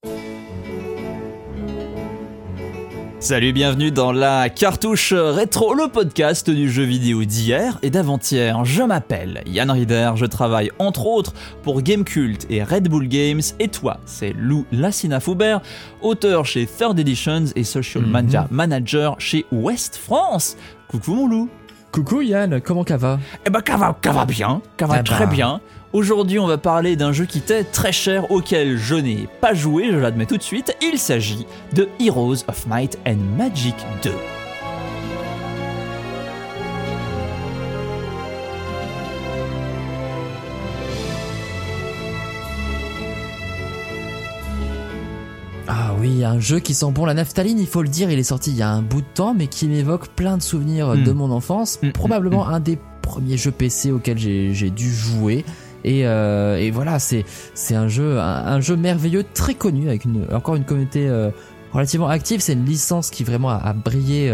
Salut, bienvenue dans la Cartouche Rétro, le podcast du jeu vidéo d'hier et d'avant-hier. Je m'appelle Yann Rieder, je travaille entre autres pour Gamecult et Red Bull Games. Et toi, c'est Lou Lassina-Foubert, auteur chez Third Editions et Social Media Manager chez Ouest France. Coucou mon Lou. Coucou Yann, comment ça va ? Eh ben, ça va bien, ça va très bien. Aujourd'hui, on va parler d'un jeu qui t'est très cher, auquel je n'ai pas joué, je l'admets tout de suite. Il s'agit de Heroes of Might and Magic 2. Ah oui, un jeu qui sent bon la naphtaline, il faut le dire, il est sorti il y a un bout de temps, mais qui m'évoque plein de souvenirs de mon enfance. Probablement un des premiers jeux PC auxquels j'ai dû jouer. Et voilà, c'est un jeu merveilleux, très connu, avec encore une communauté relativement active. C'est une licence qui vraiment a brillé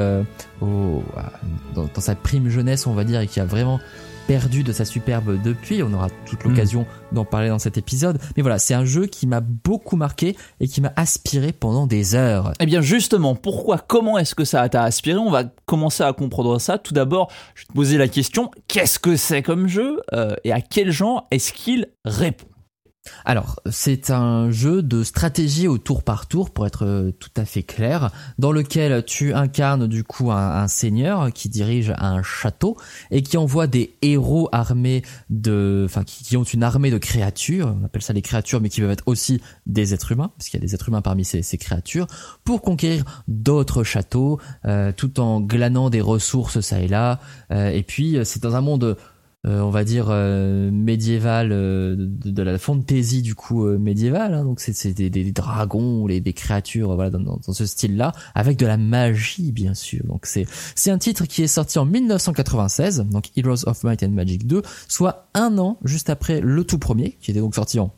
dans sa prime jeunesse, on va dire, et qui a vraiment perdu de sa superbe depuis. On aura toute l'occasion d'en parler dans cet épisode. Mais voilà, c'est un jeu qui m'a beaucoup marqué et qui m'a aspiré pendant des heures. Eh bien justement, comment est-ce que ça t'a aspiré ? On va commencer à comprendre ça. Tout d'abord, je vais te poser la question, qu'est-ce que c'est comme jeu et à quel genre est-ce qu'il répond ? Alors, c'est un jeu de stratégie au tour par tour, pour être tout à fait clair, dans lequel tu incarnes du coup un seigneur qui dirige un château et qui envoie des héros armés qui ont une armée de créatures, on appelle ça les créatures, mais qui peuvent être aussi des êtres humains, parce qu'il y a des êtres humains parmi ces créatures, pour conquérir d'autres châteaux, tout en glanant des ressources ça et là, et puis c'est dans un monde on va dire médiéval, de la fantasy du coup médiévale, hein, donc c'est des dragons, des créatures, voilà, dans ce style-là, avec de la magie bien sûr. Donc c'est un titre qui est sorti en 1996, donc Heroes of Might and Magic 2, soit un an juste après le tout premier, qui était donc sorti en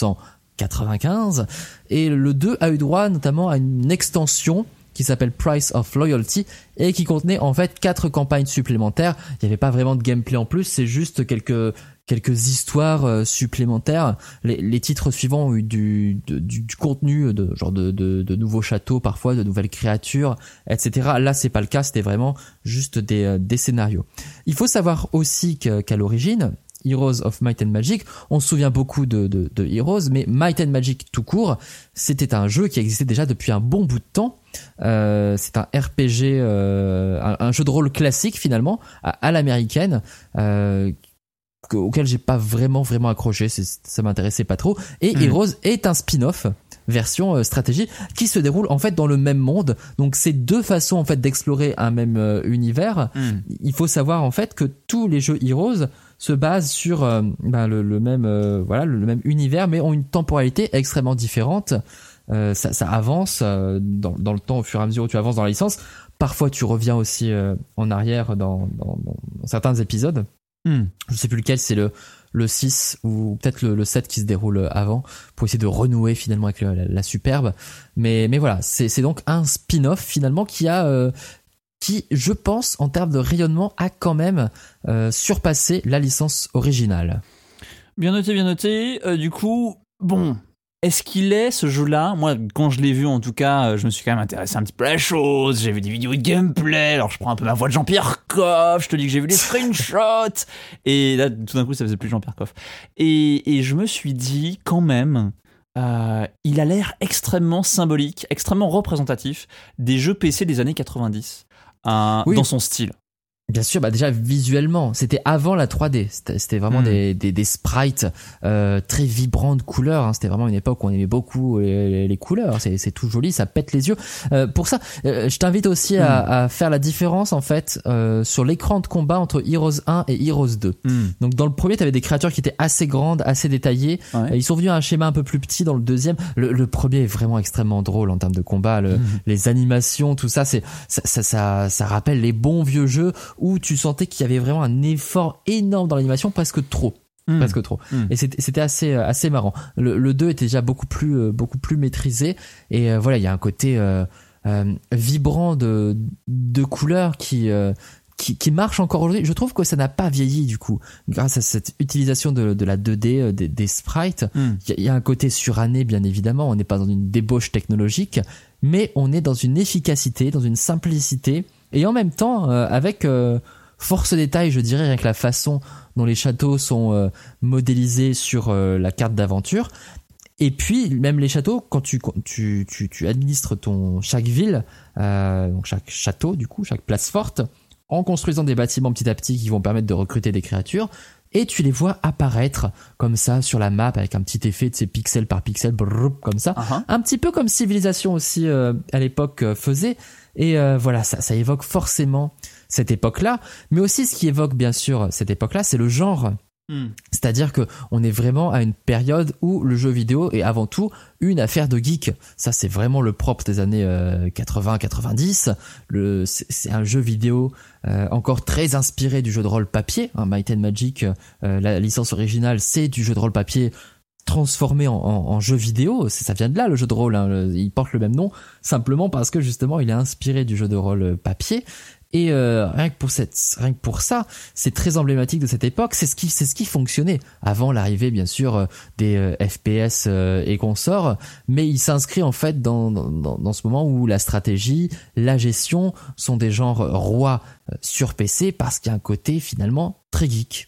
1995, et le 2 a eu droit notamment à une extension qui s'appelle Price of Loyalty et qui contenait en fait 4 campagnes supplémentaires. Il n'y avait pas vraiment de gameplay en plus, c'est juste quelques histoires supplémentaires. Les titres suivants ont eu du contenu de nouveaux châteaux, parfois de nouvelles créatures, etc. Là, c'est pas le cas, c'était vraiment juste des scénarios. Il faut savoir aussi qu'à l'origine, Heroes of Might and Magic, on se souvient beaucoup de Heroes, mais Might and Magic tout court, c'était un jeu qui existait déjà depuis un bon bout de temps. C'est un RPG, un jeu de rôle classique finalement, à l'américaine, auquel j'ai pas vraiment accroché, ça m'intéressait pas trop. Et Heroes est un spin-off version stratégie qui se déroule en fait dans le même monde. Donc c'est deux façons en fait d'explorer un même univers. Il faut savoir en fait que tous les jeux Heroes se basent sur le même univers, mais ont une temporalité extrêmement différente. Ça avance dans le temps au fur et à mesure où tu avances dans la licence. Parfois tu reviens aussi en arrière dans certains épisodes. Je sais plus lequel, c'est le 6 ou peut-être le 7 qui se déroule avant, pour essayer de renouer finalement avec la superbe. Mais voilà, c'est donc un spin-off finalement qui je pense en termes de rayonnement a quand même surpassé la licence originale. Bien noté. Du coup, bon, est-ce qu'il est ce jeu-là ? Moi, quand je l'ai vu, en tout cas, je me suis quand même intéressé un petit peu à la chose. J'ai vu des vidéos de gameplay. Alors, je prends un peu ma voix de Jean-Pierre Coff. Je te dis que j'ai vu les screenshots. Et là, tout d'un coup, ça faisait plus Jean-Pierre Coff. Et je me suis dit, quand même, il a l'air extrêmement symbolique, extrêmement représentatif des jeux PC des années 90, dans son style. Bien sûr, déjà visuellement, c'était avant la 3D. C'était vraiment des sprites très vibrants de couleurs. Hein. C'était vraiment une époque où on aimait beaucoup les couleurs. C'est tout joli, ça pète les yeux. Pour ça, je t'invite aussi à faire la différence en fait sur l'écran de combat entre Heroes 1 et Heroes 2. Donc dans le premier, t'avais des créatures qui étaient assez grandes, assez détaillées. Ouais. Ils sont venus à un schéma un peu plus petit dans le deuxième. Le premier est vraiment extrêmement drôle en termes de combat. Les animations, tout ça, ça rappelle les bons vieux jeux où tu sentais qu'il y avait vraiment un effort énorme dans l'animation, presque trop. Et c'était assez marrant. Le 2 était déjà beaucoup plus maîtrisé, et voilà, il y a un côté vibrant de couleurs qui qui marche encore aujourd'hui. Je trouve que ça n'a pas vieilli du coup, grâce à cette utilisation de la 2D, des sprites. Il y a un côté suranné, bien évidemment. On n'est pas dans une débauche technologique, mais on est dans une efficacité, dans une simplicité, et en même temps avec force détail, je dirais, rien que la façon dont les châteaux sont modélisés sur la carte d'aventure. Et puis même les châteaux, quand tu administres chaque ville, donc chaque château du coup, chaque place forte, en construisant des bâtiments petit à petit qui vont permettre de recruter des créatures, et tu les vois apparaître comme ça sur la map avec un petit effet de ces pixels par pixel, comme ça, un petit peu comme Civilization aussi à l'époque faisait. Et voilà, ça évoque forcément cette époque-là, mais aussi ce qui évoque bien sûr cette époque-là, c'est le genre. C'est-à-dire que on est vraiment à une période où le jeu vidéo est avant tout une affaire de geek. Ça, c'est vraiment le propre des années 80-90. C'est un jeu vidéo encore très inspiré du jeu de rôle papier. Might and Magic, la licence originale, c'est du jeu de rôle papier transformé en jeu vidéo. Ça vient de là, le jeu de rôle. Il porte le même nom simplement parce que justement, il est inspiré du jeu de rôle papier. Et rien que pour ça, c'est très emblématique de cette époque. C'est ce qui fonctionnait avant l'arrivée, bien sûr, des FPS et consorts. Mais il s'inscrit en fait dans ce moment où la stratégie, la gestion sont des genres rois sur PC parce qu'il y a un côté finalement très geek.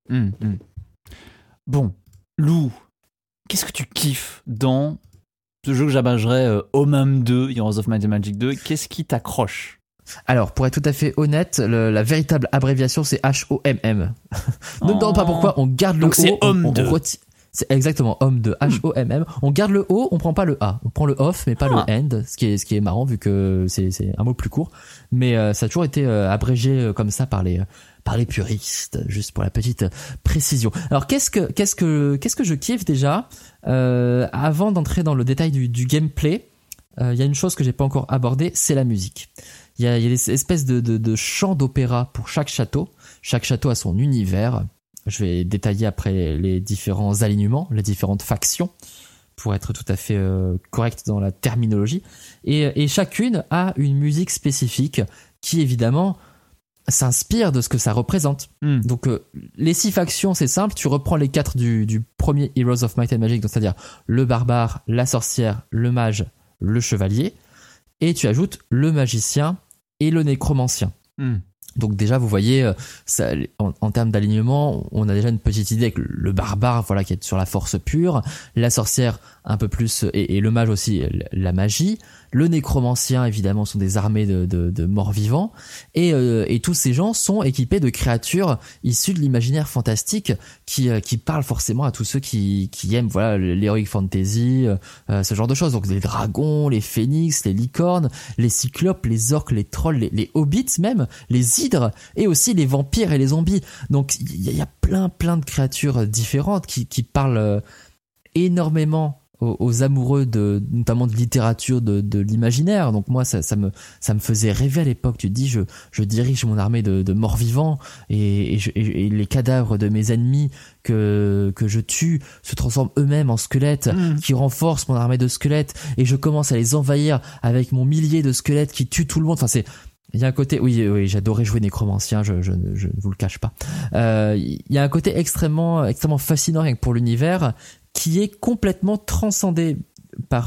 Bon, Lou, qu'est-ce que tu kiffes dans ce jeu que j'abagerais Homem 2, Heroes of Might and Magic 2? Qu'est-ce qui t'accroche? Alors, pour être tout à fait honnête, la véritable abréviation, c'est HOMM. Ne me demande pas pourquoi, on garde le Donc O. c'est Homme 2. C'est exactement Homme 2, HOMM. On garde le O, on prend pas le A. On prend le off, mais pas le end, ce qui est marrant vu que c'est un mot plus court. Mais ça a toujours été abrégé comme ça par les puristes, juste pour la petite précision. Alors, qu'est-ce que je kiffe déjà avant d'entrer dans le détail du gameplay, il y a une chose que j'ai pas encore abordée, c'est la musique. Il y a des espèces de chants d'opéra pour chaque château. Chaque château a son univers. Je vais détailler après les différents alignements, les différentes factions, pour être tout à fait correct dans la terminologie. Et chacune a une musique spécifique qui, évidemment, s'inspire de ce que ça représente. Donc, les 6 factions, c'est simple. Tu reprends les 4 du premier Heroes of Might and Magic, donc c'est-à-dire le barbare, la sorcière, le mage, le chevalier, et tu ajoutes le magicien et le nécromancien. Donc déjà, vous voyez, ça, en termes d'alignement, on a déjà une petite idée avec le barbare, voilà, qui est sur la force pure, la sorcière un peu plus, et le mage aussi, la magie. Le nécromancien, évidemment, sont des armées de morts-vivants, et tous ces gens sont équipés de créatures issues de l'imaginaire fantastique qui parlent forcément à tous ceux qui aiment, voilà, l'heroic fantasy, ce genre de choses. Donc les dragons, les phénix, les licornes, les cyclopes, les orques, les trolls, les hobbits même, les hydres, et aussi les vampires et les zombies. Donc il y a plein de créatures différentes qui parlent énormément aux amoureux notamment de littérature, de l'imaginaire. Donc moi, ça me faisait rêver à l'époque. Tu te dis, je dirige mon armée de morts-vivants et les cadavres de mes ennemis que je tue se transforment eux-mêmes en squelettes qui renforcent mon armée de squelettes, et je commence à les envahir avec mon millier de squelettes qui tuent tout le monde. Enfin, il y a un côté, oui, j'adorais jouer nécromancien, je ne vous le cache pas. Il y a un côté extrêmement fascinant rien que pour l'univers, qui est complètement transcendé par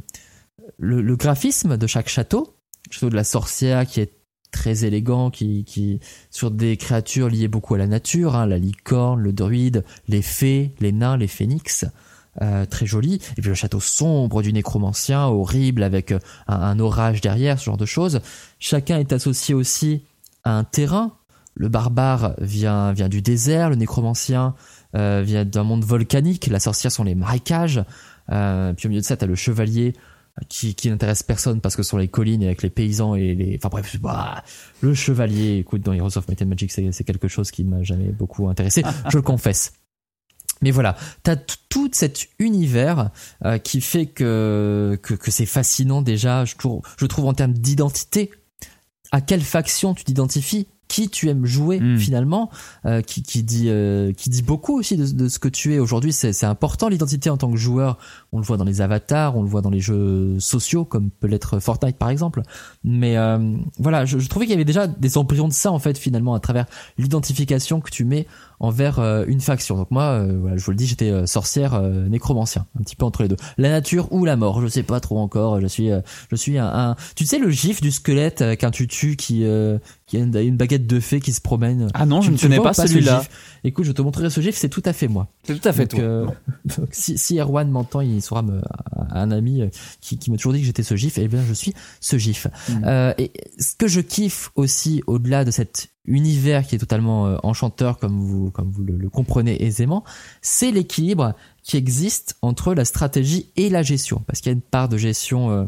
le graphisme de chaque château. Le château de la sorcière qui est très élégant, qui sur des créatures liées beaucoup à la nature, la licorne, le druide, les fées, les nains, les phénix. Très joli. Et puis le château sombre du nécromancien, horrible, avec un orage derrière, ce genre de choses. Chacun est associé aussi à un terrain. Le barbare vient du désert, le nécromancien vient d'un monde volcanique, la sorcière sont les marécages, puis au milieu de ça t'as le chevalier qui n'intéresse personne parce que ce sont les collines avec les paysans et enfin bref, le chevalier, écoute, dans Heroes of Might and Magic c'est quelque chose qui m'a jamais beaucoup intéressé, je le confesse. Mais voilà, t'as tout cet univers qui fait que c'est fascinant déjà, je trouve en termes d'identité. À quelle faction tu t'identifies? qui tu aimes jouer finalement, qui dit beaucoup aussi de ce que tu es aujourd'hui. C'est important l'identité en tant que joueur. On le voit dans les avatars, on le voit dans les jeux sociaux comme peut l'être Fortnite par exemple. Mais voilà, je trouvais qu'il y avait déjà des embryons de ça en fait finalement à travers l'identification que tu mets envers une faction. Donc moi, voilà, je vous le dis, j'étais sorcière nécromancien, un petit peu entre les deux. La nature ou la mort, je sais pas trop encore. Je suis un tu sais le gif du squelette avec un tutu qui a une baguette de fée qui se promène. Ah non, je ne connais pas celui-là. Écoute, je te montrerai ce gif, c'est tout à fait moi. C'est tout à fait donc, donc, si Erwan m'entend, il saura un ami qui m'a toujours dit que j'étais ce gif, et bien je suis ce gif. Et ce que je kiffe aussi au-delà de cet univers qui est totalement enchanteur comme vous le comprenez aisément, c'est l'équilibre qui existe entre la stratégie et la gestion, parce qu'il y a une part de gestion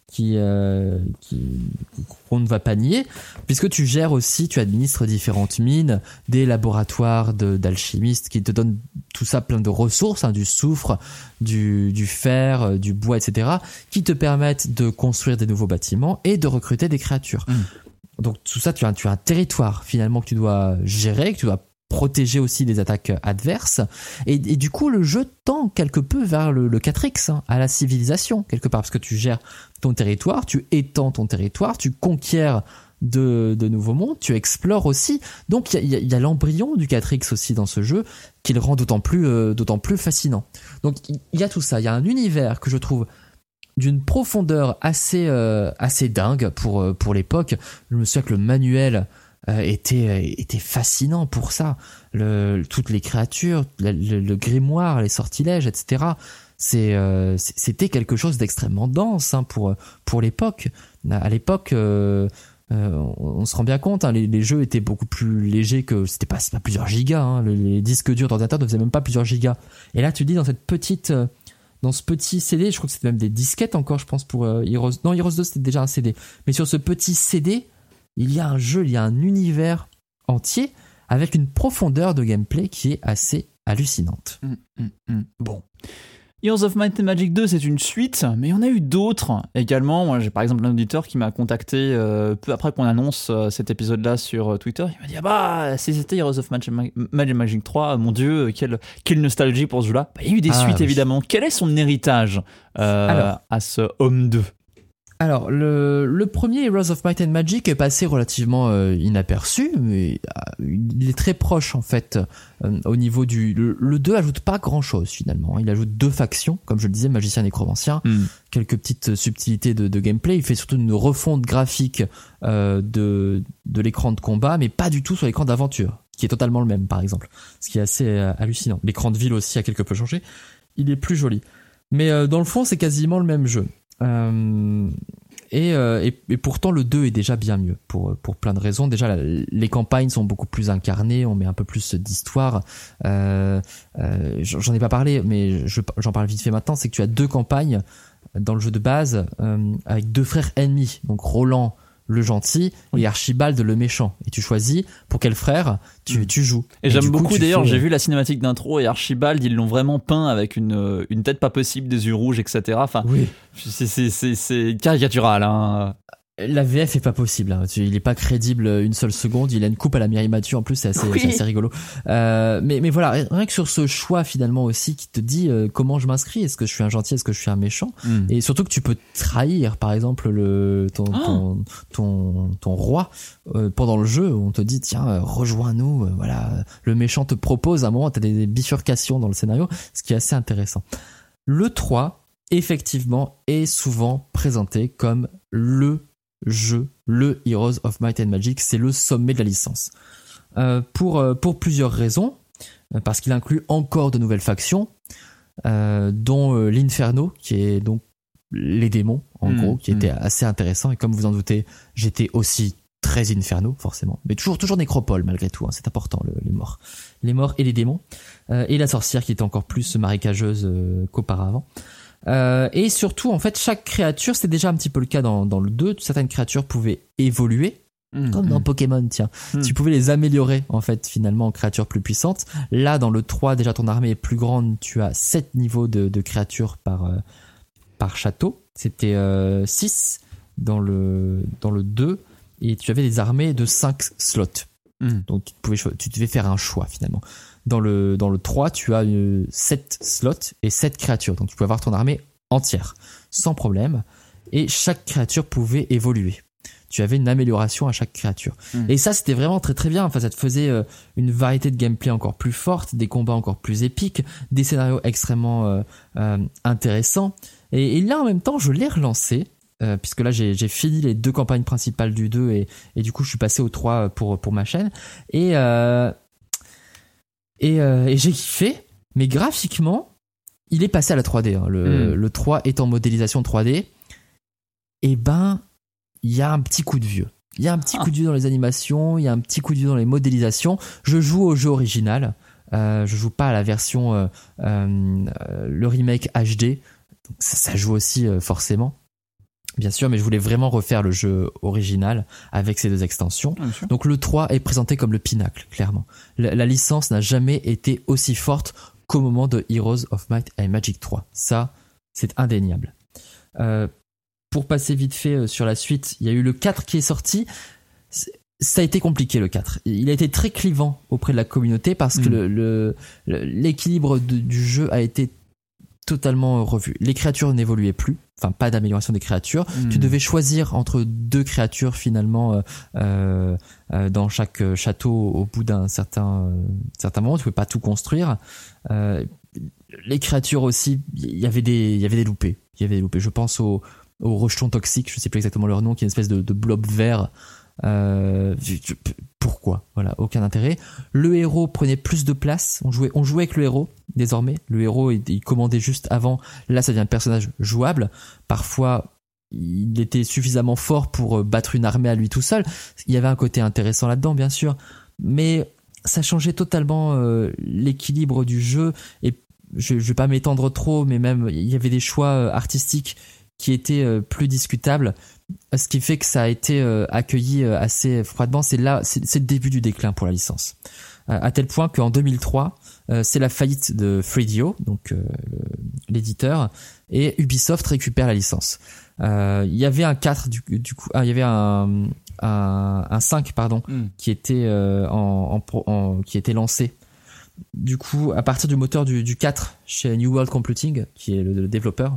qu'on ne va pas nier, puisque tu gères aussi, tu administres différentes mines, des laboratoires d'alchimistes qui te donnent tout ça plein de ressources, du soufre, du fer, du bois, etc., qui te permettent de construire des nouveaux bâtiments et de recruter des créatures. Donc tout ça, tu as un territoire finalement que tu dois gérer, que tu dois protéger aussi des attaques adverses, et du coup le jeu tend quelque peu vers le 4X, à la civilisation quelque part, parce que tu gères ton territoire, tu étends ton territoire, tu conquiers de nouveaux mondes, tu explores aussi, donc il y a l'embryon du 4X aussi dans ce jeu qui le rend d'autant plus fascinant. Donc il y a tout ça, il y a un univers que je trouve d'une profondeur assez dingue pour l'époque. Je me souviens que le manuel était fascinant pour ça. Toutes les créatures, le grimoire, les sortilèges, etc. C'était quelque chose d'extrêmement dense pour l'époque. À l'époque, on se rend bien compte, les jeux étaient beaucoup plus légers que c'est pas plusieurs gigas. Les disques durs d'ordinateur ne faisaient même pas plusieurs gigas. Et là, tu dis dans ce petit CD, je crois que c'était même des disquettes encore, je pense, pour Heroes. Non, Heroes 2, c'était déjà un CD. Mais sur ce petit CD, il y a un jeu, il y a un univers entier avec une profondeur de gameplay qui est assez hallucinante. Bon. Heroes of Might and Magic 2, c'est une suite, mais il y en a eu d'autres également. Moi, j'ai par exemple un auditeur qui m'a contacté peu après qu'on annonce cet épisode-là sur Twitter. Il m'a dit, ah bah, si c'était Heroes of Might and Magic 3, mon Dieu, quelle nostalgie pour ce jeu-là. Bah, il y a eu des suites, oui. Évidemment. Quel est son héritage à ce Home 2 ? Alors, le premier Heroes of Might and Magic est passé relativement inaperçu, mais il est très proche en fait au niveau le 2 ajoute pas grand chose finalement. Il ajoute 2 factions, comme je le disais, magicien et nécromancien, quelques petites subtilités de gameplay. Il fait surtout une refonte graphique de l'écran de combat, mais pas du tout sur l'écran d'aventure, qui est totalement le même par exemple, ce qui est assez hallucinant. L'écran de ville aussi a quelque peu changé, il est plus joli, mais dans le fond c'est quasiment le même jeu. Et pourtant le 2 est déjà bien mieux pour plein de raisons. Déjà les campagnes sont beaucoup plus incarnées, on met un peu plus d'histoire. J'en ai pas parlé, mais j'en parle vite fait maintenant. C'est que tu as 2 campagnes dans le jeu de base avec 2 frères ennemis, donc Roland le gentil et Archibald le méchant, et tu choisis pour quel frère tu joues. Et j'aime beaucoup d'ailleurs, j'ai vu la cinématique d'intro et Archibald, ils l'ont vraiment peint avec une tête pas possible, des yeux rouges, etc. Enfin, oui. C'est caricatural, hein. La VF est pas possible, il est pas crédible une seule seconde, il a une coupe à la Mireille Mathieu en plus, c'est assez rigolo. Mais voilà, rien que sur ce choix finalement aussi qui te dit comment je m'inscris, est-ce que je suis un gentil, est-ce que je suis un méchant, et surtout que tu peux trahir par exemple ton roi pendant le jeu, où on te dit tiens rejoins-nous, voilà, le méchant te propose à un moment, t'as des bifurcations dans le scénario, ce qui est assez intéressant. Le 3 effectivement est souvent présenté comme le Heroes of Might and Magic, c'est le sommet de la licence. Pour plusieurs raisons, parce qu'il inclut encore de nouvelles factions, dont l'Inferno, qui est donc les démons, en gros, qui était assez intéressant, et comme vous en doutez, j'étais aussi très Inferno, forcément, mais toujours nécropole malgré tout, c'est important, les morts et les démons, et la sorcière qui était encore plus marécageuse qu'auparavant. Et surtout en fait chaque créature, c'était déjà un petit peu le cas dans le 2, certaines créatures pouvaient évoluer comme dans Pokémon, tiens. Tu pouvais les améliorer en fait finalement en créatures plus puissantes. Là dans le 3 déjà ton armée est plus grande, tu as 7 niveaux de créatures par château. C'était 6 dans le 2, et tu avais des armées de 5 slots. Donc tu devais faire un choix finalement. Dans le 3, tu as 7 slots et 7 créatures. Donc tu pouvais avoir ton armée entière, sans problème. Et chaque créature pouvait évoluer. Tu avais une amélioration à chaque créature. Et ça, c'était vraiment très très bien. Enfin, ça te faisait une variété de gameplay encore plus forte, des combats encore plus épiques, des scénarios extrêmement intéressants. Et là, en même temps, je l'ai relancé, puisque là, j'ai fini les 2 campagnes principales du 2 et du coup, je suis passé au 3 pour ma chaîne. Et j'ai kiffé, mais graphiquement, il est passé à la 3D. Hein. Le 3 est en modélisation 3D. Et ben, il y a un petit coup de vieux. Il y a un petit coup de vieux dans les animations, il y a un petit coup de vieux dans les modélisations. Je joue au jeu original. Je joue pas à la version le remake HD. Donc ça joue aussi forcément. Bien sûr, mais je voulais vraiment refaire le jeu original avec ces 2 extensions. Donc le 3 est présenté comme le pinacle, clairement. La licence n'a jamais été aussi forte qu'au moment de Heroes of Might and Magic 3. Ça, c'est indéniable. Pour passer vite fait sur la suite, il y a eu le 4 qui est sorti. Ça a été compliqué, le 4. Il a été très clivant auprès de la communauté parce que l'équilibre du jeu a été totalement revu. Les créatures n'évoluaient plus, enfin pas d'amélioration des créatures. Tu devais choisir entre 2 créatures finalement dans chaque château au bout d'un certain moment. Tu pouvais pas tout construire. Les créatures aussi, il y avait des loupés. Je pense aux rejetons toxiques, je sais plus exactement leur nom, qui est une espèce de blob vert. Pourquoi? Voilà, aucun intérêt. Le héros prenait plus de place. On jouait avec le héros désormais. Le héros, il commandait juste avant. Là, ça devient un personnage jouable. Parfois, il était suffisamment fort pour battre une armée à lui tout seul. Il y avait un côté intéressant là-dedans, bien sûr, mais ça changeait totalement l'équilibre du jeu. Et je vais pas m'étendre trop, mais même il y avait des choix artistiques qui était plus discutable, ce qui fait que ça a été accueilli assez froidement. C'est le début du déclin pour la licence, à tel point qu'en 2003 c'est la faillite de 3DO, donc l'éditeur, et Ubisoft récupère la licence. Il y avait un 4 du coup, il y avait un 5 qui était qui était lancé. Du coup, à partir du moteur du 4 chez New World Computing, qui est le développeur,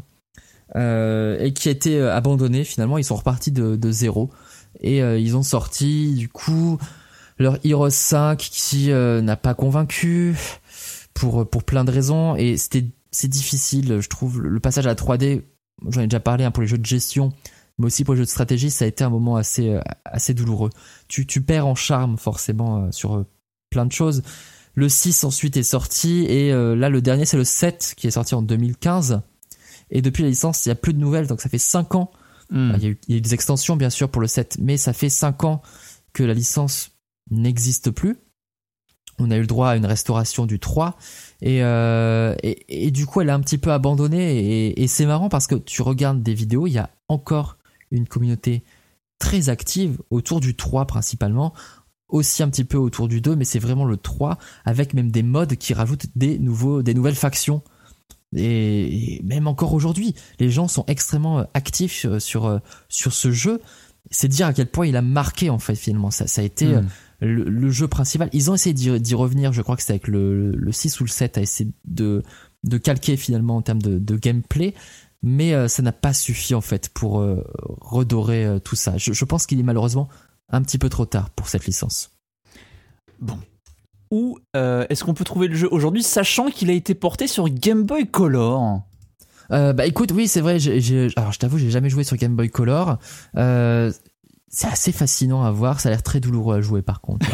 et qui a été abandonné. Finalement, ils sont repartis de zéro et ils ont sorti du coup leur Heroes 5 qui n'a pas convaincu pour plein de raisons, et c'est difficile, je trouve. Le passage à la 3D, j'en ai déjà parlé pour les jeux de gestion, mais aussi pour les jeux de stratégie, ça a été un moment assez douloureux. Tu perds en charme forcément sur plein de choses. Le 6 ensuite est sorti, et là le dernier c'est le 7 qui est sorti en 2015. Et depuis la licence, il n'y a plus de nouvelles, donc ça fait 5 ans. Il y a eu des extensions bien sûr pour le 7, mais ça fait 5 ans que la licence n'existe plus. On a eu le droit à une restauration du 3, et du coup elle est un petit peu abandonnée, et c'est marrant parce que tu regardes des vidéos, il y a encore une communauté très active autour du 3 principalement, aussi un petit peu autour du 2, mais c'est vraiment le 3, avec même des mods qui rajoutent des nouvelles factions. Et même encore aujourd'hui, les gens sont extrêmement actifs sur ce jeu. C'est dire à quel point il a marqué en fait finalement. Ça a été le jeu principal. Ils ont essayé d'y revenir, je crois que c'était avec le 6 ou le 7, à essayer de calquer finalement en termes de gameplay, mais ça n'a pas suffi en fait pour redorer tout ça. Je pense qu'il est malheureusement un petit peu trop tard pour cette licence. Bon. Où est-ce qu'on peut trouver le jeu aujourd'hui, sachant qu'il a été porté sur Game Boy Color? Écoute, oui, c'est vrai. Alors, je t'avoue, j'ai jamais joué sur Game Boy Color. C'est assez fascinant à voir. Ça a l'air très douloureux à jouer, par contre.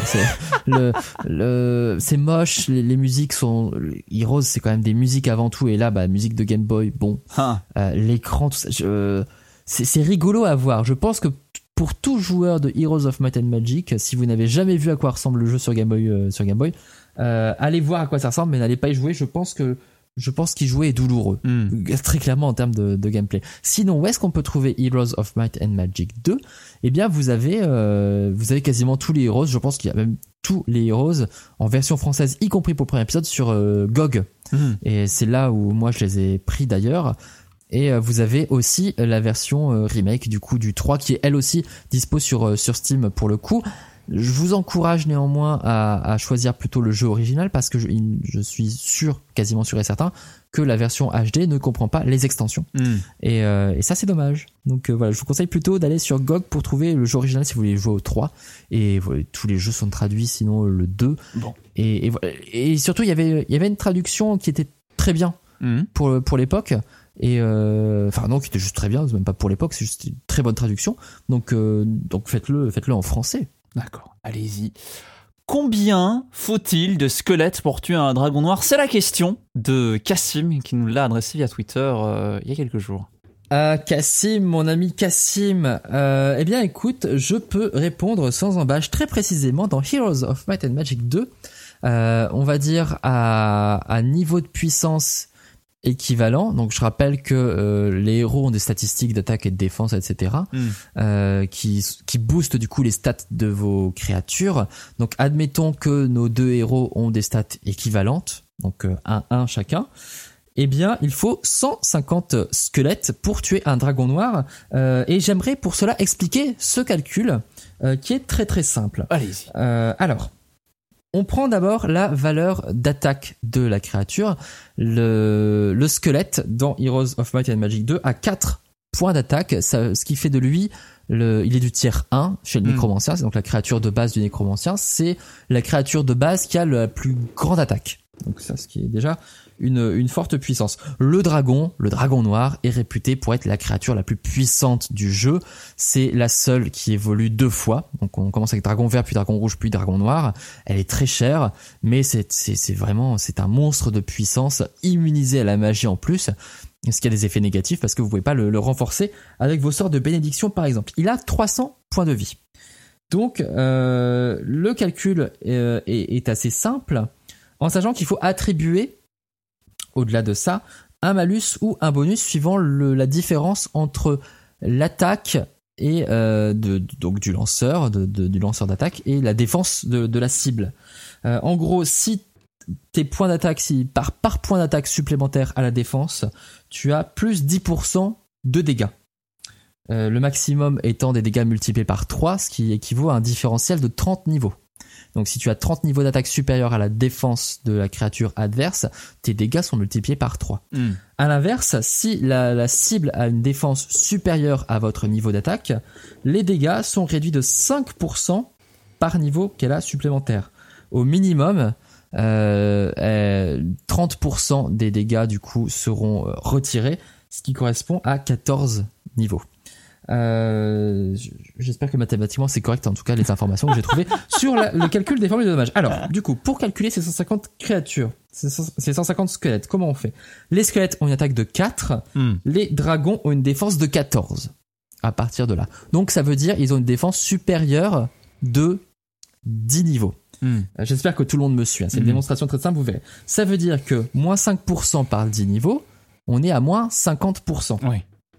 C'est moche. Les musiques sont. Heroes, c'est quand même des musiques avant tout. Et là, musique de Game Boy. Bon, l'écran, tout ça. C'est rigolo à voir. Je pense que pour tout joueur de Heroes of Might and Magic, si vous n'avez jamais vu à quoi ressemble le jeu sur Game Boy, allez voir à quoi ça ressemble, mais n'allez pas y jouer. Je pense qu'y jouer est douloureux, très clairement en termes de gameplay. Sinon, où est-ce qu'on peut trouver Heroes of Might and Magic 2? Eh bien, vous avez quasiment tous les Heroes. Je pense qu'il y a même tous les Heroes en version française, y compris pour le premier épisode, sur GOG. Et c'est là où moi je les ai pris d'ailleurs. Et vous avez aussi la version remake du coup du 3 qui est elle aussi dispo sur Steam pour le coup. Je vous encourage néanmoins à choisir plutôt le jeu original parce que je suis sûr, quasiment sûr et certain, que la version HD ne comprend pas les extensions. Et ça, c'est dommage. Donc voilà, je vous conseille plutôt d'aller sur GOG pour trouver le jeu original si vous voulez jouer au 3. Et voilà, tous les jeux sont traduits, sinon le 2. Bon. Et surtout, il y avait une traduction qui était très bien pour l'époque. Et enfin non, qui était juste très bien, c'est même pas pour l'époque, c'est juste une très bonne traduction. Donc faites-le en français. D'accord, allez-y. Combien faut-il de squelettes pour tuer un dragon noir ? C'est la question de Cassim qui nous l'a adressé via Twitter il y a quelques jours. Cassim, mon ami Cassim, eh bien écoute, je peux répondre sans embâche très précisément dans Heroes of Might and Magic 2. On va dire à niveau de puissance équivalent. Donc je rappelle que les héros ont des statistiques d'attaque et de défense, etc. Qui boostent du coup les stats de vos créatures. Donc admettons que nos deux héros ont des stats équivalentes, donc 1 chacun. Eh bien, il faut 150 squelettes pour tuer un dragon noir. Et j'aimerais pour cela expliquer ce calcul qui est très très simple. Allez-y. Alors, on prend d'abord la valeur d'attaque de la créature. Le squelette dans Heroes of Might and Magic 2 a 4 points d'attaque, ce qui fait de lui, il est du tiers 1 chez le nécromancien, c'est donc la créature de base du nécromancien, c'est la créature de base qui a la plus grande attaque. Donc ça, ce qui est déjà une forte puissance. Le dragon noir est réputé pour être la créature la plus puissante du jeu. C'est la seule qui évolue 2 fois. Donc on commence avec dragon vert, puis dragon rouge, puis dragon noir. Elle est très chère, mais c'est un monstre de puissance immunisé à la magie en plus. Ce qui a des effets négatifs parce que vous pouvez pas le renforcer avec vos sorts de bénédiction par exemple. Il a 300 points de vie. Donc le calcul est assez simple en sachant qu'il faut attribuer au-delà de ça, un malus ou un bonus suivant la différence entre l'attaque et donc du lanceur, du lanceur d'attaque et la défense de la cible. En gros, si tes points d'attaque, par point d'attaque supplémentaire à la défense, tu as plus 10% de dégâts. Le maximum étant des dégâts multipliés par 3, ce qui équivaut à un différentiel de 30 niveaux. Donc si tu as 30 niveaux d'attaque supérieurs à la défense de la créature adverse, tes dégâts sont multipliés par 3. À l'inverse, si la cible a une défense supérieure à votre niveau d'attaque, les dégâts sont réduits de 5% par niveau qu'elle a supplémentaire. Au minimum, 30% des dégâts du coup seront retirés, ce qui correspond à 14 niveaux. J'espère que mathématiquement c'est correct, en tout cas les informations que j'ai trouvées sur le calcul des formules de dommages. Alors du coup, pour calculer ces 150 créatures, ces 150 squelettes, comment on fait ? Les squelettes ont une attaque de 4, les dragons ont une défense de 14 à partir de là. Donc ça veut dire ils ont une défense supérieure de 10 niveaux. J'espère que tout le monde me suit, hein. C'est une démonstration très simple, vous verrez. Ça veut dire que moins 5% par 10 niveaux, on est à moins 50%. Oui.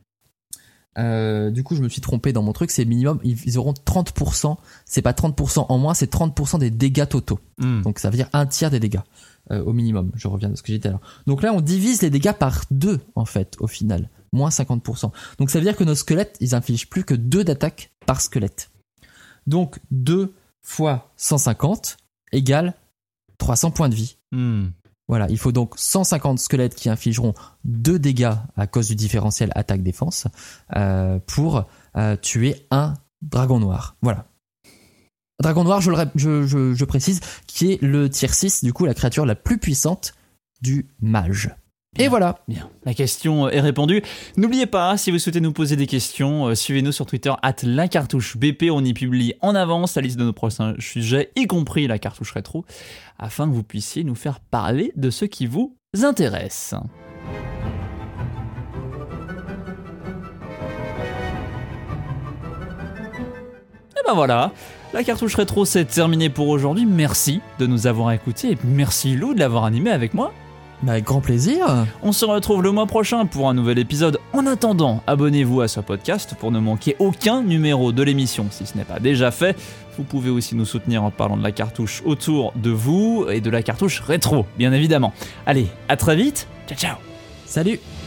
Du coup je me suis trompé dans mon truc, c'est minimum, ils auront 30%, c'est pas 30% en moins, c'est 30% des dégâts totaux. Donc ça veut dire un tiers des dégâts au minimum, je reviens de ce que j'ai dit tout à l'heure. Donc là on divise les dégâts par 2 en fait au final, moins 50%. Donc ça veut dire que nos squelettes, ils infligent plus que 2 d'attaque par squelette. Donc 2 fois 150 égale 300 points de vie. Voilà, il faut donc 150 squelettes qui infligeront 2 dégâts à cause du différentiel attaque-défense pour tuer un dragon noir. Voilà. Dragon noir, je précise, qui est le tier 6, du coup la créature la plus puissante du mage. Bien, et voilà. Bien, la question est répondue. N'oubliez pas, si vous souhaitez nous poser des questions, suivez-nous sur Twitter @lacartouchebp. On y publie en avance la liste de nos prochains sujets, y compris la cartouche rétro, afin que vous puissiez nous faire parler de ce qui vous intéresse. Et ben voilà, la cartouche rétro c'est terminé pour aujourd'hui. Merci de nous avoir écoutés et merci Lou de l'avoir animé avec moi. Avec grand plaisir. On se retrouve le mois prochain pour un nouvel épisode. En attendant, abonnez-vous à ce podcast pour ne manquer aucun numéro de l'émission si ce n'est pas déjà fait. Vous pouvez aussi nous soutenir en parlant de la cartouche autour de vous et de la cartouche rétro, bien évidemment. Allez, à très vite. Ciao, ciao. Salut.